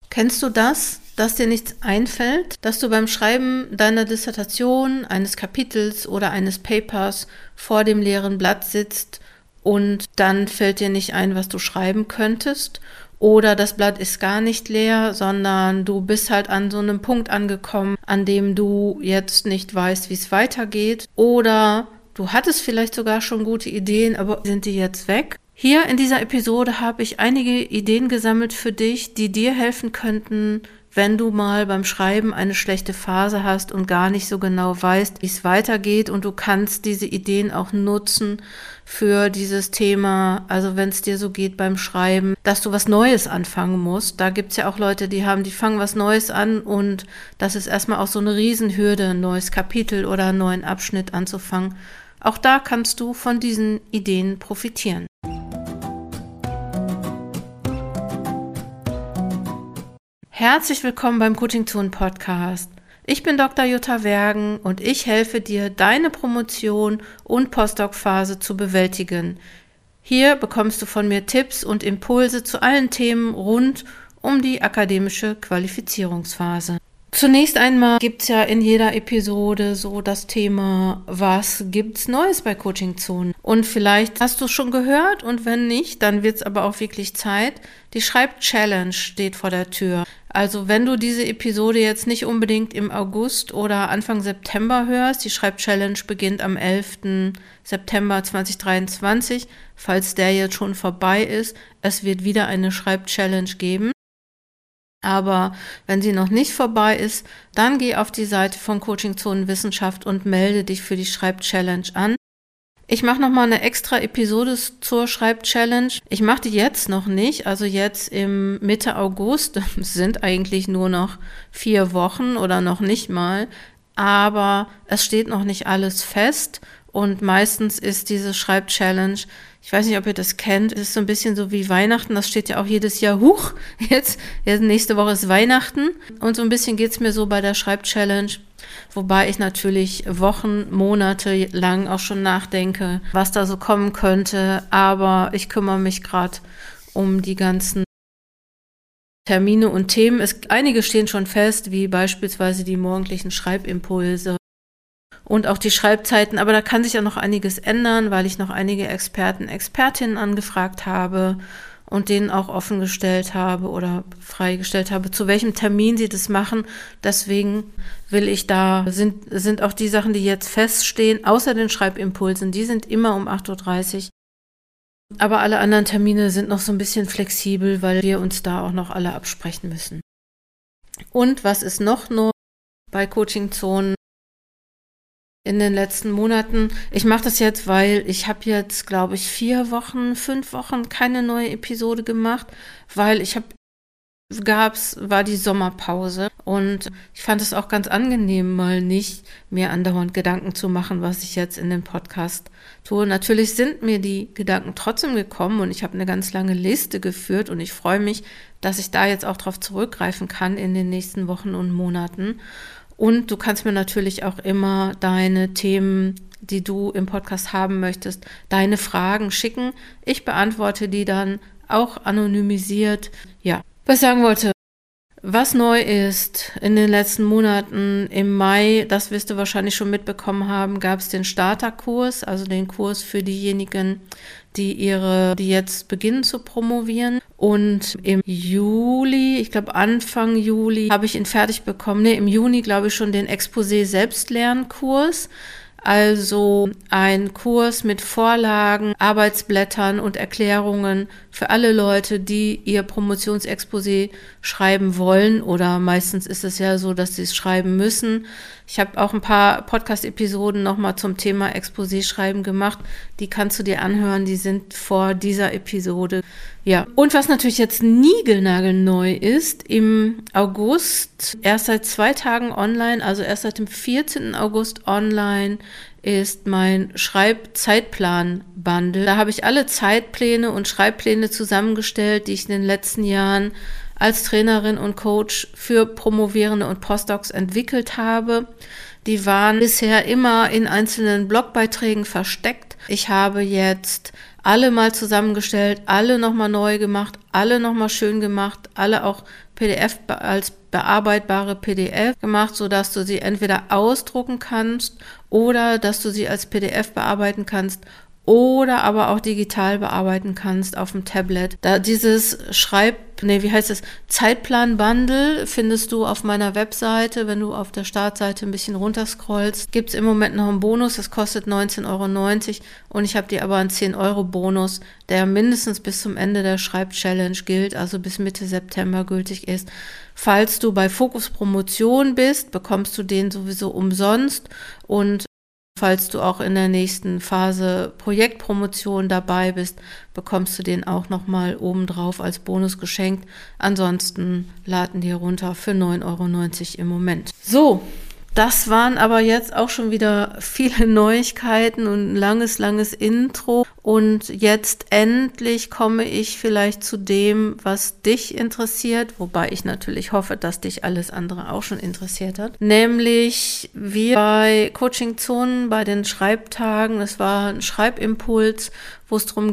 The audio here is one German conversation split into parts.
Kennst du das, dass dir nichts einfällt, dass du beim Schreiben deiner Dissertation, eines Kapitels oder eines Papers vor dem leeren Blatt sitzt und dann fällt dir nicht ein, was du schreiben könntest? Oder das Blatt ist gar nicht leer, sondern du bist halt an so einem Punkt angekommen, an dem du jetzt nicht weißt, wie es weitergeht. Oder du hattest vielleicht sogar schon gute Ideen, aber sind die jetzt weg? Hier in dieser Episode habe ich einige Ideen gesammelt für dich, die dir helfen könnten, wenn du mal beim Schreiben eine schlechte Phase hast und gar nicht so genau weißt, wie es weitergeht, und du kannst diese Ideen auch nutzen für dieses Thema, also wenn es dir so geht beim Schreiben, dass du was Neues anfangen musst. Da gibt's ja auch Leute, die fangen was Neues an und das ist erstmal auch so eine Riesenhürde, ein neues Kapitel oder einen neuen Abschnitt anzufangen. Auch da kannst du von diesen Ideen profitieren. Herzlich willkommen beim Coaching Zone Podcast. Ich bin Dr. Jutta Wergen und ich helfe dir, deine Promotion und Postdoc-Phase zu bewältigen. Hier bekommst du von mir Tipps und Impulse zu allen Themen rund um die akademische Qualifizierungsphase. Zunächst einmal gibt's ja in jeder Episode so das Thema, was gibt's Neues bei Coaching Zone? Und vielleicht hast du es schon gehört und wenn nicht, dann wird's aber auch wirklich Zeit. Die Schreib-Challenge steht vor der Tür. Also wenn du diese Episode jetzt nicht unbedingt im August oder Anfang September hörst, die Schreib-Challenge beginnt am 11. September 2023, falls der jetzt schon vorbei ist. Es wird wieder eine Schreib-Challenge geben. Aber wenn sie noch nicht vorbei ist, dann geh auf die Seite von Coaching Zone Wissenschaft und melde dich für die Schreib-Challenge an. Ich mache nochmal eine extra Episode zur Schreib-Challenge. Ich mache die jetzt noch nicht, also jetzt im Mitte August, es sind eigentlich nur noch 4 Wochen oder noch nicht mal, aber es steht noch nicht alles fest und meistens ist diese Schreib-Challenge, ich weiß nicht, ob ihr das kennt, es ist so ein bisschen so wie Weihnachten, das steht ja auch jedes Jahr, jetzt nächste Woche ist Weihnachten und so ein bisschen geht's mir so bei der Schreib-Challenge, wobei ich natürlich Wochen, Monate lang auch schon nachdenke, was da so kommen könnte, aber ich kümmere mich gerade um die ganzen Termine und Themen. Einige stehen schon fest, wie beispielsweise die morgendlichen Schreibimpulse und auch die Schreibzeiten, aber da kann sich ja noch einiges ändern, weil ich noch einige Expertinnen angefragt habe und denen auch offengestellt habe oder freigestellt habe, zu welchem Termin sie das machen. Deswegen sind auch die Sachen, die jetzt feststehen, außer den Schreibimpulsen, die sind immer um 8:30 Uhr. Aber alle anderen Termine sind noch so ein bisschen flexibel, weil wir uns da auch noch alle absprechen müssen. Und was ist noch neu bei Coaching Zone in den letzten Monaten? Ich mache das jetzt, weil ich habe jetzt, glaube ich, 5 Wochen keine neue Episode gemacht, weil war die Sommerpause und ich fand es auch ganz angenehm, mal nicht mir andauernd Gedanken zu machen, was ich jetzt in den Podcast tue. Natürlich sind mir die Gedanken trotzdem gekommen und ich habe eine ganz lange Liste geführt und ich freue mich, dass ich da jetzt auch drauf zurückgreifen kann in den nächsten Wochen und Monaten. Und du kannst mir natürlich auch immer deine Themen, die du im Podcast haben möchtest, deine Fragen schicken. Ich beantworte die dann auch anonymisiert. Ja, was ich sagen wollte, was neu ist in den letzten Monaten, im Mai, das wirst du wahrscheinlich schon mitbekommen haben, gab es den Starterkurs, also den Kurs für diejenigen, die jetzt beginnen zu promovieren. Und im Juli, ich glaube Anfang Juli, habe ich ihn fertig bekommen. Im Juni glaube ich schon den Exposé-Selbstlernkurs. Also ein Kurs mit Vorlagen, Arbeitsblättern und Erklärungen für alle Leute, die ihr Promotionsexposé schreiben wollen, oder meistens ist es ja so, dass sie es schreiben müssen. Ich habe auch ein paar Podcast-Episoden nochmal zum Thema Exposé schreiben gemacht. Die kannst du dir anhören, die sind vor dieser Episode. Ja, und was natürlich jetzt niegelnagelneu ist, im August, erst seit 2 Tagen online, also erst seit dem 14. August online, ist mein Schreibzeitplan-Bundle. Da habe ich alle Zeitpläne und Schreibpläne zusammengestellt, die ich in den letzten Jahren als Trainerin und Coach für Promovierende und Postdocs entwickelt habe. Die waren bisher immer in einzelnen Blogbeiträgen versteckt. Ich habe jetzt alle mal zusammengestellt, alle nochmal neu gemacht, alle nochmal schön gemacht, alle auch PDF als bearbeitbare PDF gemacht, sodass du sie entweder ausdrucken kannst oder dass du sie als PDF bearbeiten kannst oder aber auch digital bearbeiten kannst auf dem Tablet. Da dieses Zeitplan-Bundle findest du auf meiner Webseite. Wenn du auf der Startseite ein bisschen runterscrollst, gibt es im Moment noch einen Bonus, das kostet 19,90 € und ich habe dir aber einen 10-€ der mindestens bis zum Ende der Schreib-Challenge gilt, also bis Mitte September gültig ist. Falls du bei Fokus Promotion bist, bekommst du den sowieso umsonst und falls du auch in der nächsten Phase Projektpromotion dabei bist, bekommst du den auch nochmal obendrauf als Bonus geschenkt. Ansonsten laden die runter für 9,90 € im Moment. So, das waren aber jetzt auch schon wieder viele Neuigkeiten und ein langes Intro. Und jetzt endlich komme ich vielleicht zu dem, was dich interessiert, wobei ich natürlich hoffe, dass dich alles andere auch schon interessiert hat. Nämlich wir bei Coaching Zonen, bei den Schreibtagen, das war ein Schreibimpuls, wo es darum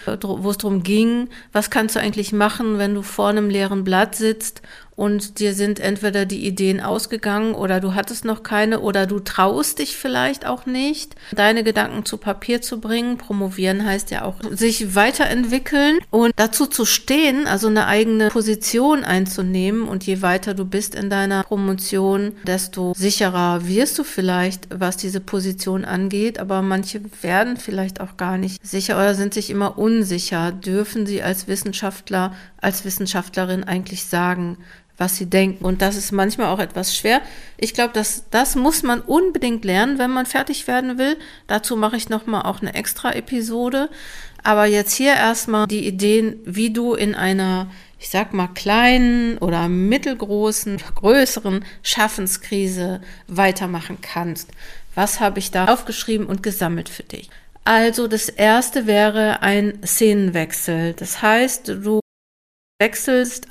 ging, was kannst du eigentlich machen, wenn du vor einem leeren Blatt sitzt und dir sind entweder die Ideen ausgegangen oder du hattest noch keine oder du traust dich vielleicht auch nicht, deine Gedanken zu Papier zu bringen. Promovieren heißt ja auch sich weiterentwickeln und dazu zu stehen, also eine eigene Position einzunehmen, und je weiter du bist in deiner Promotion, desto sicherer wirst du vielleicht, was diese Position angeht, aber manche werden vielleicht auch gar nicht sicher oder sind sich immer unsicher. Dürfen sie als Wissenschaftler, als Wissenschaftlerin eigentlich sagen, was sie denken? Und das ist manchmal auch etwas schwer. Ich glaube, das muss man unbedingt lernen, wenn man fertig werden will. Dazu mache ich nochmal auch eine extra Episode. Aber jetzt hier erstmal die Ideen, wie du in einer, ich sag mal, kleinen oder mittelgroßen, größeren Schaffenskrise weitermachen kannst. Was habe ich da aufgeschrieben und gesammelt für dich? Also das erste wäre ein Szenenwechsel. Das heißt, du wechselst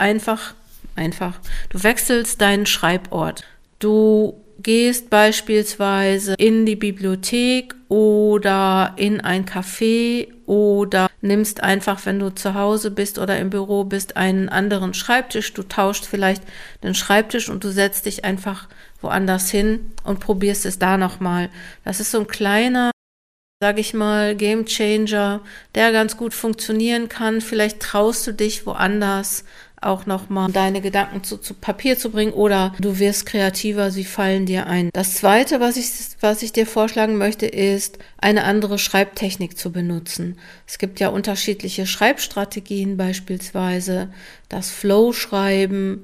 du wechselst deinen Schreibort. Du gehst beispielsweise in die Bibliothek oder in ein Café oder nimmst einfach, wenn du zu Hause bist oder im Büro bist, einen anderen Schreibtisch. Du tauscht vielleicht den Schreibtisch und du setzt dich einfach woanders hin und probierst es da nochmal. Das ist so ein kleiner, sage ich mal, Game Changer, der ganz gut funktionieren kann. Vielleicht traust du dich woanders auch nochmal deine Gedanken zu Papier zu bringen oder du wirst kreativer, sie fallen dir ein. Das Zweite, was ich dir vorschlagen möchte, ist, eine andere Schreibtechnik zu benutzen. Es gibt ja unterschiedliche Schreibstrategien, beispielsweise das Flow-Schreiben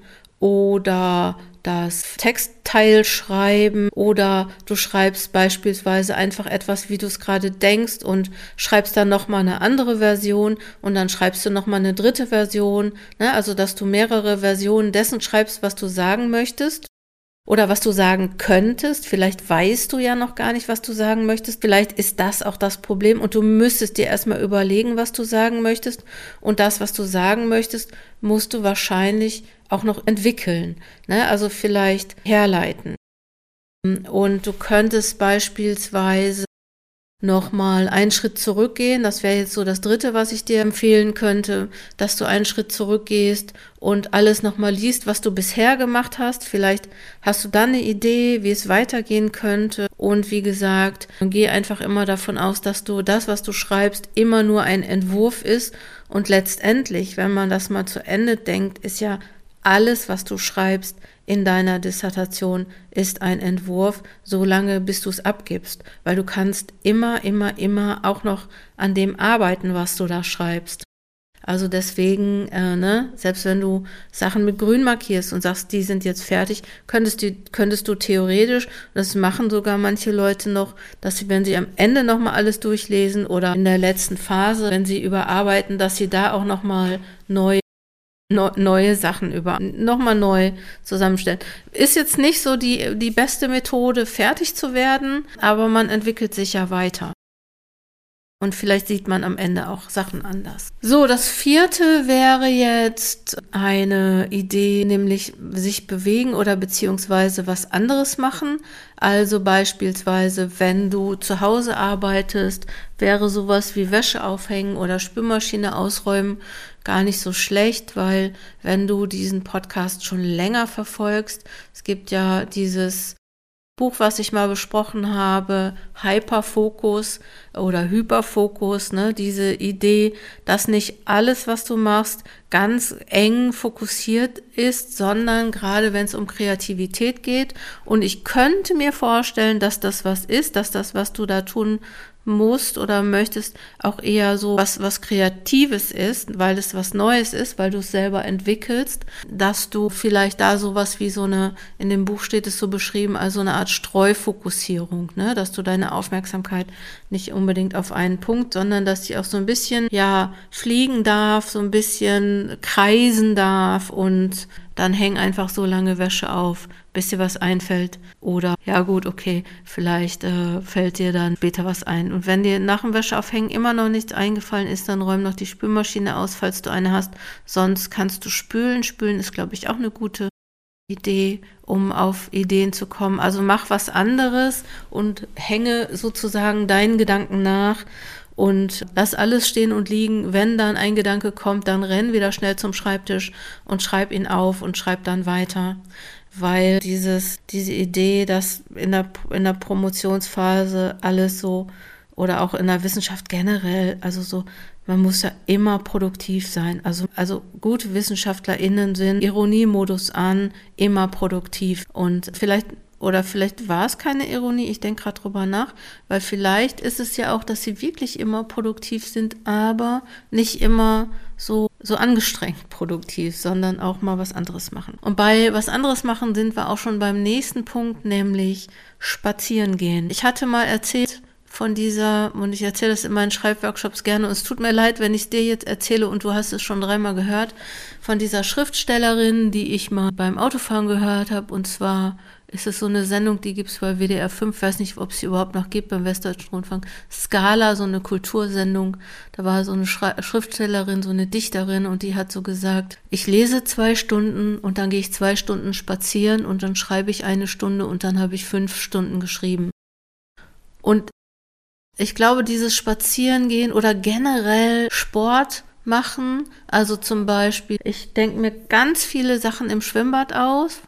oder das Textteilschreiben, oder du schreibst beispielsweise einfach etwas, wie du es gerade denkst, und schreibst dann nochmal eine andere Version und dann schreibst du nochmal eine dritte Version, ne? Also, dass du mehrere Versionen dessen schreibst, was du sagen möchtest oder was du sagen könntest. Vielleicht weißt du ja noch gar nicht, was du sagen möchtest. Vielleicht ist das auch das Problem und du müsstest dir erstmal überlegen, was du sagen möchtest, und das, was du sagen möchtest, musst du wahrscheinlich auch noch entwickeln, ne? Also vielleicht herleiten. Und du könntest beispielsweise nochmal einen Schritt zurückgehen. Das wäre jetzt so das Dritte, was ich dir empfehlen könnte, dass du einen Schritt zurückgehst und alles nochmal liest, was du bisher gemacht hast. Vielleicht hast du dann eine Idee, wie es weitergehen könnte. Und wie gesagt, geh einfach immer davon aus, dass du das, was du schreibst, immer nur ein Entwurf ist. Und letztendlich, wenn man das mal zu Ende denkt, ist ja alles, was du schreibst in deiner Dissertation, ist ein Entwurf, solange bis du es abgibst, weil du kannst immer auch noch an dem arbeiten, was du da schreibst. Also deswegen, selbst wenn du Sachen mit grün markierst und sagst, die sind jetzt fertig, könntest du theoretisch, das machen sogar manche Leute noch, dass sie, wenn sie am Ende nochmal alles durchlesen oder in der letzten Phase, wenn sie überarbeiten, dass sie da auch nochmal neue Sachen nochmal neu zusammenstellen. Ist jetzt nicht so die beste Methode, fertig zu werden, aber man entwickelt sich ja weiter. und vielleicht sieht man am Ende auch Sachen anders. So, das vierte wäre jetzt eine Idee, nämlich sich bewegen oder beziehungsweise was anderes machen. Also beispielsweise, wenn du zu Hause arbeitest, wäre sowas wie Wäsche aufhängen oder Spülmaschine ausräumen gar nicht so schlecht, weil wenn du diesen Podcast schon länger verfolgst, es gibt ja dieses Buch, was ich mal besprochen habe, Hyperfokus oder Hyperfokus, ne, diese Idee, dass nicht alles, was du machst, ganz eng fokussiert ist, sondern gerade wenn es um Kreativität geht. Und ich könnte mir vorstellen, dass das was ist, dass das, was du da tun musst oder möchtest, auch eher so was Kreatives ist, weil es was Neues ist, weil du es selber entwickelst, dass du vielleicht da sowas wie so eine, in dem Buch steht es so beschrieben, also eine Art Streufokussierung, ne, dass du deine Aufmerksamkeit nicht unbedingt auf einen Punkt, sondern dass die auch so ein bisschen, ja, fliegen darf, so ein bisschen kreisen darf und dann häng einfach so lange Wäsche auf, bis dir was einfällt. Oder, ja gut, okay, vielleicht fällt dir dann später was ein. Und wenn dir nach dem Wäscheaufhängen immer noch nichts eingefallen ist, dann räum noch die Spülmaschine aus, falls du eine hast. Sonst kannst du spülen. Spülen ist, glaube ich, auch eine gute Idee, um auf Ideen zu kommen. Also mach was anderes und hänge sozusagen deinen Gedanken nach. Und lass alles stehen und liegen. Wenn dann ein Gedanke kommt, dann renn wieder schnell zum Schreibtisch und schreib ihn auf und schreib dann weiter. Weil diese Idee, dass in der Promotionsphase alles so oder auch in der Wissenschaft generell, also so, man muss ja immer produktiv sein. Also gute WissenschaftlerInnen sind Ironiemodus an, immer produktiv. Und vielleicht war es keine Ironie, ich denke gerade drüber nach, weil vielleicht ist es ja auch, dass sie wirklich immer produktiv sind, aber nicht immer so angestrengt produktiv, sondern auch mal was anderes machen. Und bei was anderes machen sind wir auch schon beim nächsten Punkt, nämlich spazieren gehen. Ich hatte mal erzählt und ich erzähle das in meinen Schreibworkshops gerne, und es tut mir leid, wenn ich es dir jetzt erzähle und du hast es schon 3-mal gehört, von dieser Schriftstellerin, die ich mal beim Autofahren gehört habe, und zwar ist es so eine Sendung, die gibt es bei WDR 5, weiß nicht, ob es sie überhaupt noch gibt, beim Westdeutschen Rundfunk, Scala, so eine Kultursendung, da war so eine Schriftstellerin, so eine Dichterin, und die hat so gesagt, ich lese 2 Stunden und dann gehe ich 2 Stunden spazieren und dann schreibe ich 1 Stunde und dann habe ich 5 Stunden geschrieben. Und ich glaube, dieses Spazierengehen oder generell Sport machen, also zum Beispiel, ich denke mir ganz viele Sachen im Schwimmbad auf.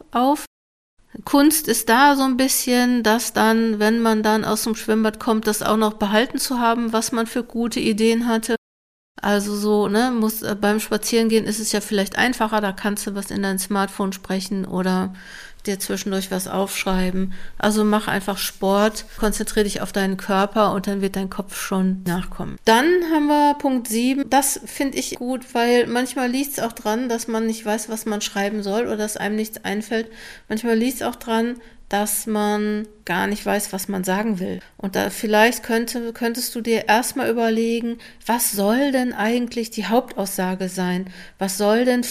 Kunst ist da so ein bisschen, dass dann, wenn man dann aus dem Schwimmbad kommt, das auch noch behalten zu haben, was man für gute Ideen hatte. Also so, ne, beim Spazierengehen ist es ja vielleicht einfacher, da kannst du was in dein Smartphone sprechen oder dir zwischendurch was aufschreiben. Also mach einfach Sport, konzentriere dich auf deinen Körper und dann wird dein Kopf schon nachkommen. Dann haben wir Punkt 7. Das finde ich gut, weil manchmal liegt es auch dran, dass man nicht weiß, was man schreiben soll oder dass einem nichts einfällt. Manchmal liegt es auch dran, dass man gar nicht weiß, was man sagen will. Und da vielleicht könntest du dir erstmal überlegen, was soll denn eigentlich die Hauptaussage sein? Was soll denn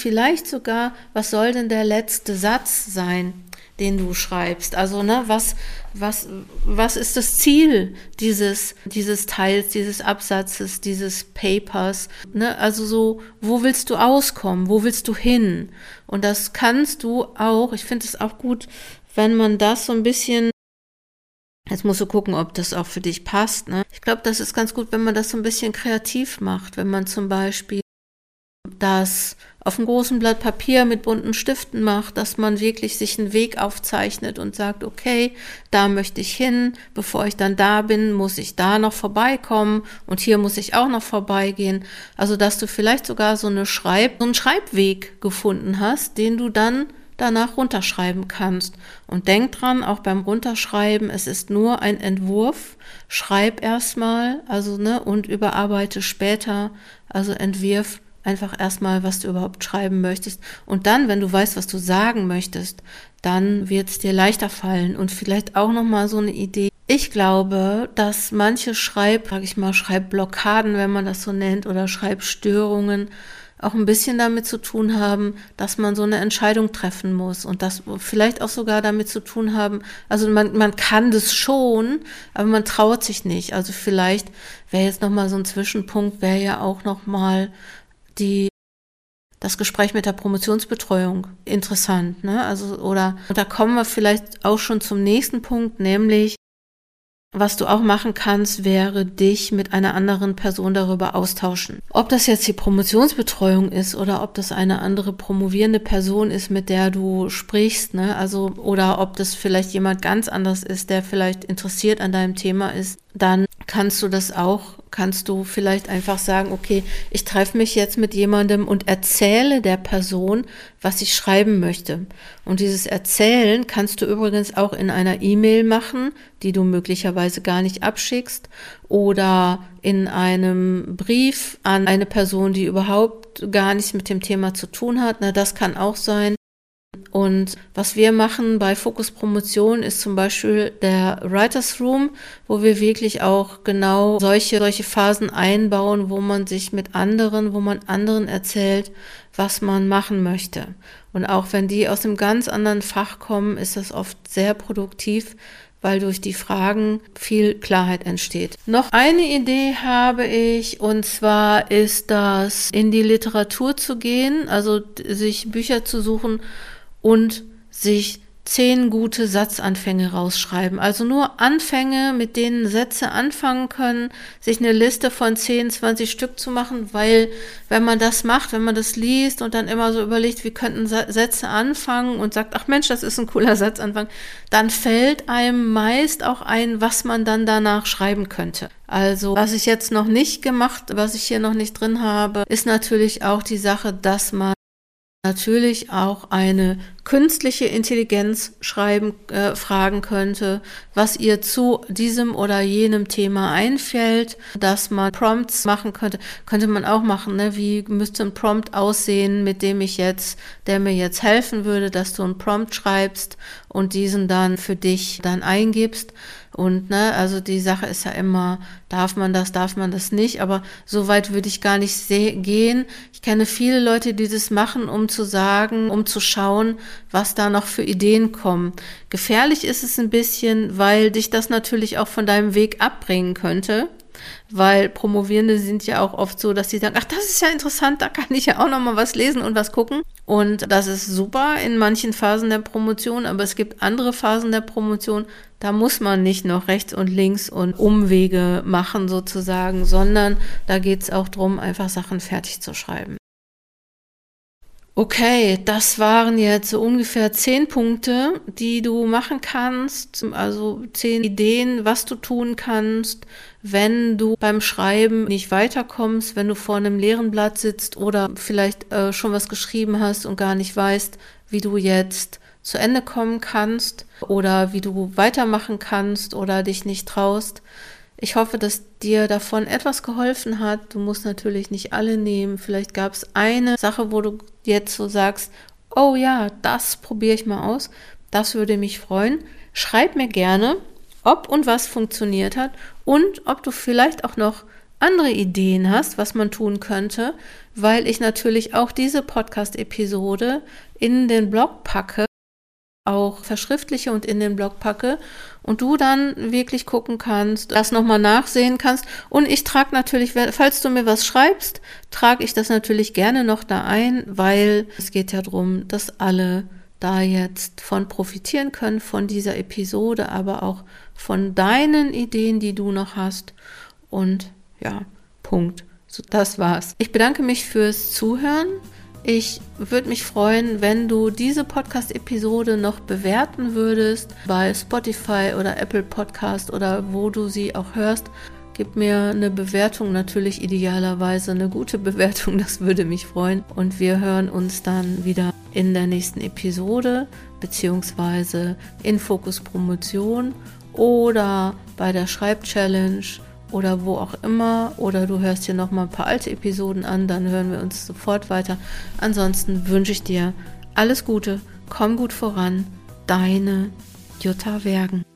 der letzte Satz sein, den du schreibst? Also, ne, was ist das Ziel dieses Teils, dieses Absatzes, dieses Papers? Ne? Also so, wo willst du auskommen? Wo willst du hin? Und das kannst du auch, ich finde es auch gut, wenn man das so ein bisschen, jetzt musst du gucken, ob das auch für dich passt, ne? Ich glaube, das ist ganz gut, wenn man das so ein bisschen kreativ macht, wenn man zum Beispiel das auf einem großen Blatt Papier mit bunten Stiften macht, dass man wirklich sich einen Weg aufzeichnet und sagt, okay, da möchte ich hin, bevor ich dann da bin, muss ich da noch vorbeikommen und hier muss ich auch noch vorbeigehen. Also, dass du vielleicht sogar so einen Schreibweg gefunden hast, den du dann danach runterschreiben kannst. Und denk dran, auch beim Runterschreiben, es ist nur ein Entwurf. Schreib erstmal, also, ne, und überarbeite später, also entwirf einfach erstmal, was du überhaupt schreiben möchtest. Und dann, wenn du weißt, was du sagen möchtest, dann wird es dir leichter fallen. Und vielleicht auch nochmal so eine Idee. Ich glaube, dass manche Schreibblockaden, wenn man das so nennt, oder Schreibstörungen, auch ein bisschen damit zu tun haben, dass man so eine Entscheidung treffen muss und das vielleicht auch sogar damit zu tun haben, also man kann das schon, aber man traut sich nicht. Also vielleicht wäre jetzt nochmal so ein Zwischenpunkt, wäre ja auch nochmal das Gespräch mit der Promotionsbetreuung interessant, ne? Also, und da kommen wir vielleicht auch schon zum nächsten Punkt, nämlich, was du auch machen kannst, wäre dich mit einer anderen Person darüber austauschen. Ob das jetzt die Promotionsbetreuung ist oder ob das eine andere promovierende Person ist, mit der du sprichst, ne? Also, oder ob das vielleicht jemand ganz anders ist, der vielleicht interessiert an deinem Thema ist, dann kannst du vielleicht einfach sagen, okay, ich treffe mich jetzt mit jemandem und erzähle der Person, was ich schreiben möchte. Und dieses Erzählen kannst du übrigens auch in einer E-Mail machen, die du möglicherweise gar nicht abschickst, oder in einem Brief an eine Person, die überhaupt gar nichts mit dem Thema zu tun hat. Na, das kann auch sein. Und was wir machen bei Fokus Promotion ist zum Beispiel der Writers Room, wo wir wirklich auch genau solche Phasen einbauen, wo man anderen erzählt, was man machen möchte. Und auch wenn die aus einem ganz anderen Fach kommen, ist das oft sehr produktiv, weil durch die Fragen viel Klarheit entsteht. Noch eine Idee habe ich, und zwar ist das, in die Literatur zu gehen, also sich Bücher zu suchen und sich 10 gute Satzanfänge rausschreiben. Also nur Anfänge, mit denen Sätze anfangen können, sich eine Liste von 10, 20 Stück zu machen, weil wenn man das macht, wenn man das liest und dann immer so überlegt, wie könnten Sätze anfangen und sagt, ach Mensch, das ist ein cooler Satzanfang, dann fällt einem meist auch ein, was man dann danach schreiben könnte. Also was ich jetzt noch nicht gemacht, was ich hier noch nicht drin habe, ist natürlich auch die Sache, dass man natürlich auch eine künstliche Intelligenz fragen könnte, was ihr zu diesem oder jenem Thema einfällt, dass man Prompts machen könnte man auch machen, ne? Wie müsste ein Prompt aussehen, der mir jetzt helfen würde, dass du einen Prompt schreibst und diesen dann für dich dann eingibst. Und ne, also die Sache ist ja immer, darf man das nicht, aber so weit würde ich gar nicht gehen. Ich kenne viele Leute, die das machen, um zu schauen, was da noch für Ideen kommen. Gefährlich ist es ein bisschen, weil dich das natürlich auch von deinem Weg abbringen könnte, weil Promovierende sind ja auch oft so, dass sie sagen, ach, das ist ja interessant, da kann ich ja auch noch mal was lesen und was gucken. Und das ist super in manchen Phasen der Promotion, aber es gibt andere Phasen der Promotion, da muss man nicht noch rechts und links und Umwege machen sozusagen, sondern da geht es auch darum, einfach Sachen fertig zu schreiben. Okay, das waren jetzt so ungefähr 10 Punkte, die du machen kannst, also 10 Ideen, was du tun kannst, wenn du beim Schreiben nicht weiterkommst, wenn du vor einem leeren Blatt sitzt oder vielleicht schon was geschrieben hast und gar nicht weißt, wie du jetzt zu Ende kommen kannst oder wie du weitermachen kannst oder dich nicht traust. Ich hoffe, dass dir davon etwas geholfen hat. Du musst natürlich nicht alle nehmen. Vielleicht gab es eine Sache, wo du jetzt so sagst, oh ja, das probiere ich mal aus. Das würde mich freuen. Schreib mir gerne, ob und was funktioniert hat und ob du vielleicht auch noch andere Ideen hast, was man tun könnte, weil ich natürlich auch diese Podcast-Episode in den Blog packe, auch verschriftliche und in den Blog packe und du dann wirklich gucken kannst, das nochmal nachsehen kannst. Und ich trage natürlich, falls du mir was schreibst, trage ich das natürlich gerne noch da ein, weil es geht ja darum, dass alle da jetzt von profitieren können, von dieser Episode, aber auch von deinen Ideen, die du noch hast. Und ja, Punkt. So, das war's. Ich bedanke mich fürs Zuhören. Ich würde mich freuen, wenn du diese Podcast-Episode noch bewerten würdest bei Spotify oder Apple Podcast oder wo du sie auch hörst. Gib mir eine Bewertung, natürlich idealerweise eine gute Bewertung, das würde mich freuen. Und wir hören uns dann wieder in der nächsten Episode, beziehungsweise in Fokus Promotion oder bei der Schreib-Challenge oder wo auch immer, oder du hörst hier nochmal ein paar alte Episoden an, dann hören wir uns sofort weiter. Ansonsten wünsche ich dir alles Gute, komm gut voran, deine Jutta Wergen.